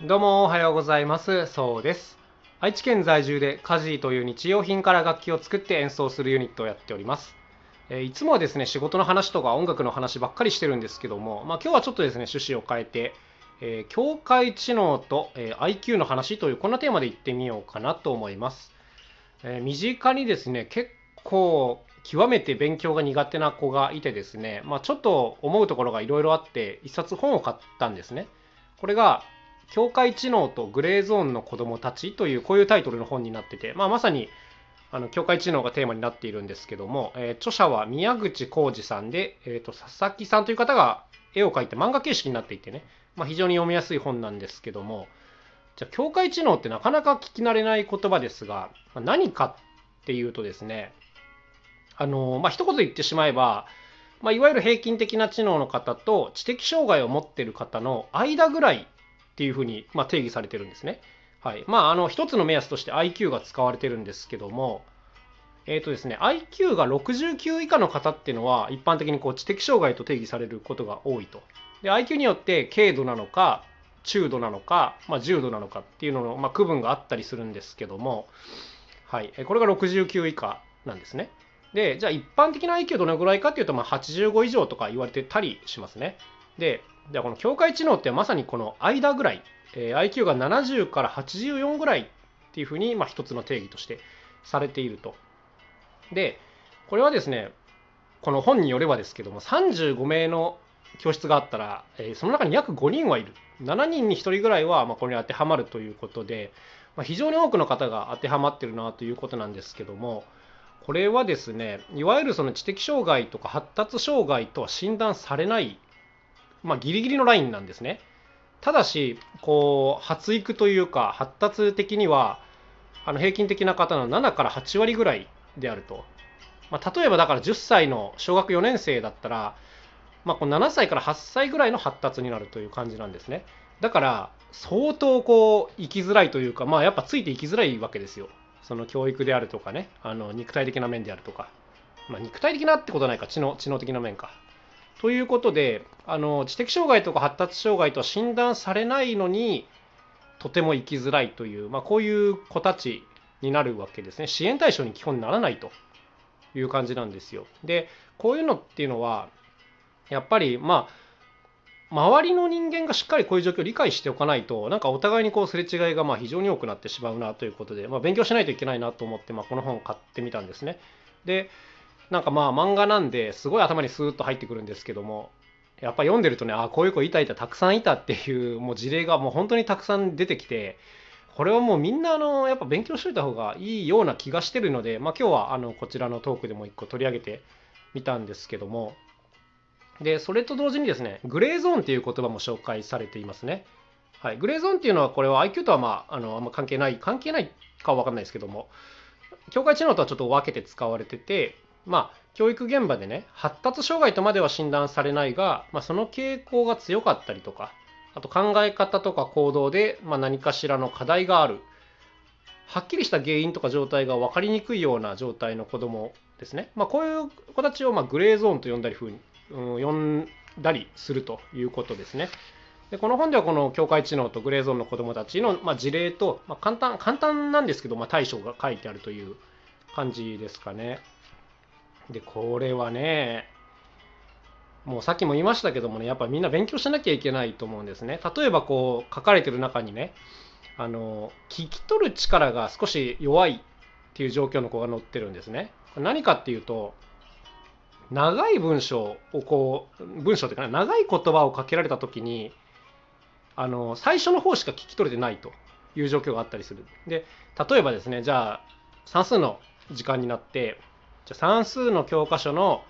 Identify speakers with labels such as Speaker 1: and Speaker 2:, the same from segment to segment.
Speaker 1: どうもおはようございます。そうです。愛知県在住でカジーという日用品から楽器を作って演奏するユニットをやっております。いつもはですね、仕事の話とか音楽の話ばっかりしてるんですけども、今日はちょっとですね、趣旨を変えて、境界知能と、IQ の話というこんなテーマでいってみようかなと思います。身近にですね、結構極めて勉強が苦手な子がいてですね、ちょっと思うところがいろいろあって一冊本を買ったんですね。これが境界知能とグレーゾーンの子どもたちというこういうタイトルの本になってて、まさに境界知能がテーマになっているんですけども、著者は宮口浩二さんで、佐々木さんという方が絵を描いて漫画形式になっていてね、非常に読みやすい本なんですけども、じゃあ境界知能ってなかなか聞き慣れない言葉ですが、何かっていうとですね、一言で言ってしまえば、いわゆる平均的な知能の方と知的障害を持っている方の間ぐらいっていうふうに、定義されてるんですね。はい。一つの目安として IQ が使われてるんですけども、ですね、IQ が69以下の方っていうのは一般的にこう知的障害と定義されることが多いと。で、IQ によって軽度なのか、中度なのか、重度なのかっていうのの、区分があったりするんですけども、はい、これが69以下なんですね。で、じゃあ一般的な IQ どのぐらいかっていうと、85以上とか言われてたりしますね。で、じゃあこの境界知能ってまさにこの間ぐらい、IQ が70から84ぐらいっていうふうに、一つの定義としてされていると。で、これはですね、この本によればですけども、35名の教室があったら、その中に約5人はいる。7人に1人ぐらいはこれに当てはまるということで、非常に多くの方が当てはまってるなということなんですけども、これはですね、いわゆるその知的障害とか発達障害とは診断されない、ギリギリのラインなんですね。ただし、こう発育というか発達的には平均的な方の7から8割ぐらいであると。例えばだから10歳の小学4年生だったら、この7歳から8歳ぐらいの発達になるという感じなんですね。だから相当こう生きづらいというか、やっぱついていきづらいわけですよ。その教育であるとかね、肉体的な面であるとか、肉体的なってことはないか、知能的な面か。ということで、知的障害とか発達障害とは診断されないのにとても生きづらいという、こういう子たちになるわけですね。支援対象に基本ならないという感じなんですよ。で、こういうのっていうのはやっぱり周りの人間がしっかりこういう状況を理解しておかないと、なんかお互いにこうすれ違いが非常に多くなってしまうなということで、勉強しないといけないなと思って、この本を買ってみたんですね。で、なんか漫画なんですごい頭にスーッと入ってくるんですけども、やっぱ読んでるとね、こういう子いたいた、たくさんいたっていうもう事例がもう本当にたくさん出てきて、これはもうみんなやっぱ勉強しといた方がいいような気がしてるので、今日はこちらのトークでも一個取り上げてみたんですけども、で、それと同時にですね、グレーゾーンっていう言葉も紹介されていますね。はい、グレーゾーンっていうのは、これは IQ とはあんま関係ないかは分かんないですけども、境界知能とはちょっと分けて使われてて、教育現場でね、発達障害とまでは診断されないが、その傾向が強かったりとか、あと考え方とか行動で、何かしらの課題がある。はっきりした原因とか状態が分かりにくいような状態の子供ですね。こういう子たちをグレーゾーンと呼んだり呼んだりするということですね。でこの本ではこの境界知能とグレーゾーンの子どもたちの、事例と、簡単なんですけど、対処が書いてあるという感じですかね。でこれはね、もうさっきも言いましたけどもね、やっぱりみんな勉強しなきゃいけないと思うんですね。例えばこう書かれてる中にね、聞き取る力が少し弱いっていう状況の子が載ってるんですね。何かっていうと、長い文章を文章というか、長い言葉をかけられた時に最初の方しか聞き取れてないという状況があったりする。で例えばですね、じゃあ算数の時間になって、じゃあ算数の教科書の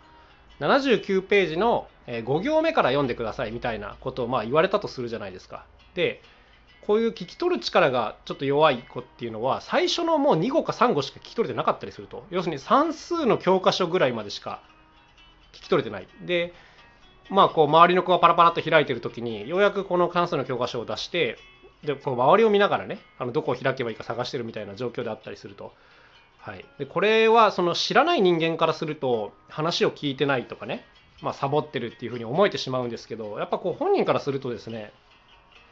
Speaker 1: 79ページの5行目から読んでくださいみたいなことを言われたとするじゃないですか。でこういう聞き取る力がちょっと弱い子っていうのは、最初のもう2語か3語しか聞き取れてなかったりすると。要するに算数の教科書ぐらいまでしか聞き取れてない。でこう周りの子がパラパラっと開いてる時に、ようやくこの関数の教科書を出して、でこう周りを見ながらね、どこを開けばいいか探してるみたいな状況であったりすると。はい、でこれはその知らない人間からすると、話を聞いてないとかね、サボってるっていうふうに思えてしまうんですけど、やっぱこう本人からするとですね、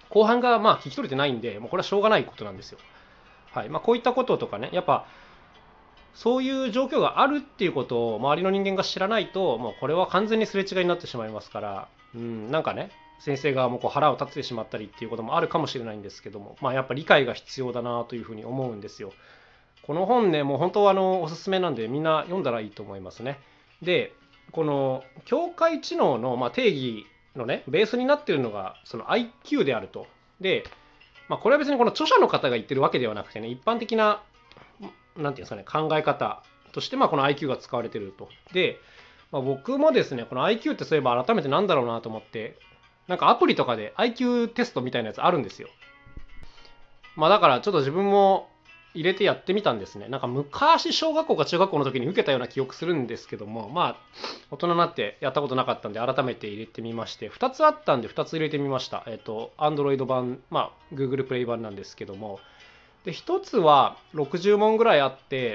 Speaker 1: 後半がまあ聞き取れてないんで、もうこれはしょうがないことなんですよ。はい。まあ、こういったこととかね、やっぱそういう状況があるっていうことを周りの人間が知らないと、もうこれは完全にすれ違いになってしまいますから、なんかね、先生側もこう腹を立ててしまったりっていうこともあるかもしれないんですけども、まあ、やっぱ理解が必要だなというふうに思うんですよ。この本ね、もう本当はおすすめなんで、みんな読んだらいいと思いますね。で、この境界知能の定義のね、ベースになっているのがその IQ であると。で、これは別にこの著者の方が言ってるわけではなくてね、一般的な、なんていうんですかね、考え方としてこの IQ が使われていると。で、僕もですね、この IQ ってそういえば改めてなんだろうなと思って、なんかアプリとかで IQ テストみたいなやつあるんですよ。だからちょっと自分も入れてやってみたんですね。なんか昔小学校か中学校の時に受けたような記憶するんですけども、大人になってやったことなかったんで改めて入れてみまして、2つあったんで2つ入れてみました。Android 版、Google プレイ版なんですけども、で1つは60問ぐらいあって、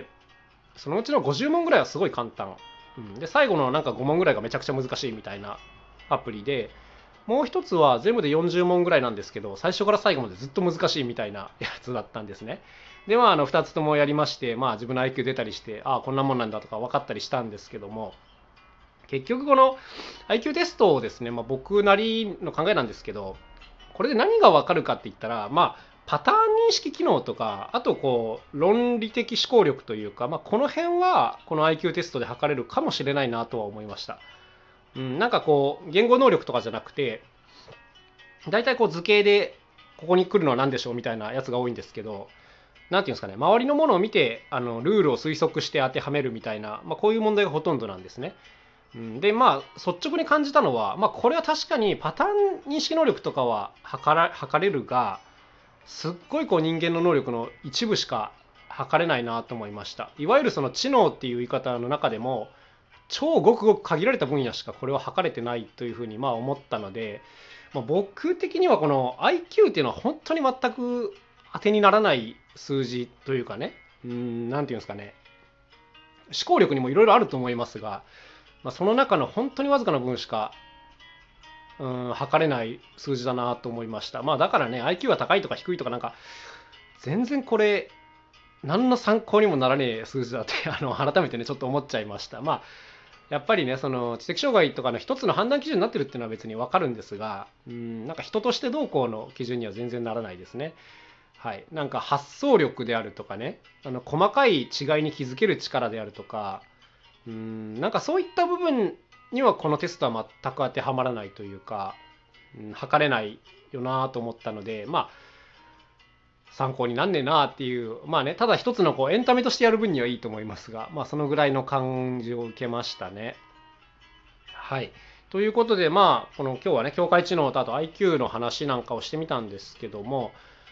Speaker 1: そのうちの50問ぐらいはすごい簡単。で最後のなんか5問ぐらいがめちゃくちゃ難しいみたいなアプリで、もう一つは全部で40問ぐらいなんですけど、最初から最後までずっと難しいみたいなやつだったんですね。で、2つともやりまして、自分の IQ 出たりして、こんなもんなんだとか分かったりしたんですけども、結局この IQ テストをですね、僕なりの考えなんですけど、これで何が分かるかって言ったら、パターン認識機能とか、あと論理的思考力というか、この辺はこの IQ テストで測れるかもしれないなとは思いました。なんか言語能力とかじゃなくて、大体図形でここに来るのは何でしょうみたいなやつが多いんですけど、なんていうんですかね、周りのものを見てルールを推測して当てはめるみたいな、こういう問題がほとんどなんですね。で率直に感じたのは、これは確かにパターン認識能力とかは測れるが、すっごい人間の能力の一部しか測れないなと思いました。いわゆるその知能っていう言い方の中でも、超ごくごく限られた分野しかこれは測れてないというふうに思ったので、僕的にはこの IQ っていうのは本当に全く当てにならない数字というかね、なんていうんですかね、思考力にもいろいろあると思いますが、その中の本当にわずかな分しか測れない数字だなと思いました。だからね、 IQ が高いとか低いとかなんか全然これ何の参考にもならねえ数字だって改めてねちょっと思っちゃいました。やっぱりね、その知的障害とかの一つの判断基準になってるっていうのは別に分かるんですが、なんか人としてどうこうの基準には全然ならないですね。はい、なんか発想力であるとかね、細かい違いに気づける力であるとか、なんかそういった部分にはこのテストは全く当てはまらないというか、測れないよなと思ったので、参考になんねえなっていう、ただ一つのエンタメとしてやる分にはいいと思いますが、そのぐらいの感じを受けましたね。はい。ということで、この今日はね、境界知能とあと IQ の話なんかをしてみたんですけども、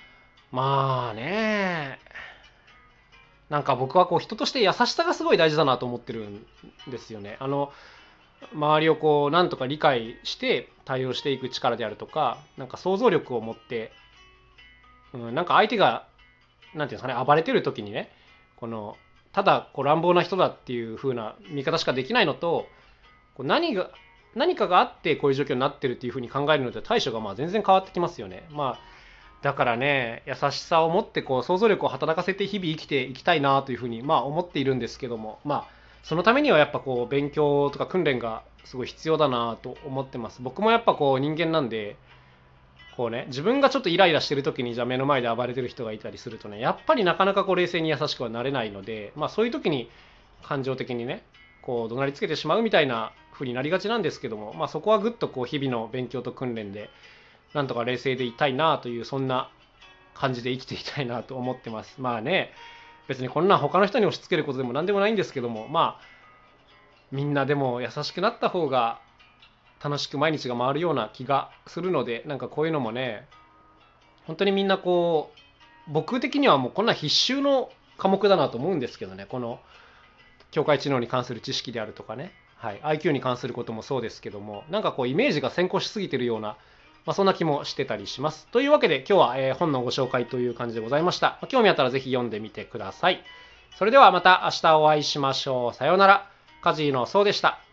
Speaker 1: なんか僕は人として優しさがすごい大事だなと思ってるんですよね。周りをなんとか理解して対応していく力であるとか、なんか想像力を持ってなんか相手がなんていうんですかね、暴れてる時にね、ただ乱暴な人だっていう風な見方しかできないのと、何かがあってこういう状況になってるっていう風に考えるので対処が全然変わってきますよね。だからね、優しさを持って想像力を働かせて日々生きていきたいなという風に思っているんですけども、そのためにはやっぱ勉強とか訓練がすごい必要だなと思ってます。僕もやっぱ人間なんで、自分がちょっとイライラしてる時にじゃあ目の前で暴れてる人がいたりするとね、やっぱりなかなか冷静に優しくはなれないので、そういう時に感情的にね怒鳴りつけてしまうみたいな風になりがちなんですけども、そこはぐっと日々の勉強と訓練でなんとか冷静でいたいなという、そんな感じで生きていきたいなと思ってます。別にこんな他の人に押し付けることでも何でもないんですけども、みんなでも優しくなった方が楽しく毎日が回るような気がするので、なんかこういうのもね、本当にみんな僕的にはもうこんな必修の科目だなと思うんですけどね、この境界知能に関する知識であるとかね、はい、IQ に関することもそうですけども、なんかイメージが先行しすぎてるような、そんな気もしてたりします。というわけで今日は本のご紹介という感じでございました。興味あったらぜひ読んでみてください。それではまた明日お会いしましょう。さようなら。カジノそうでした。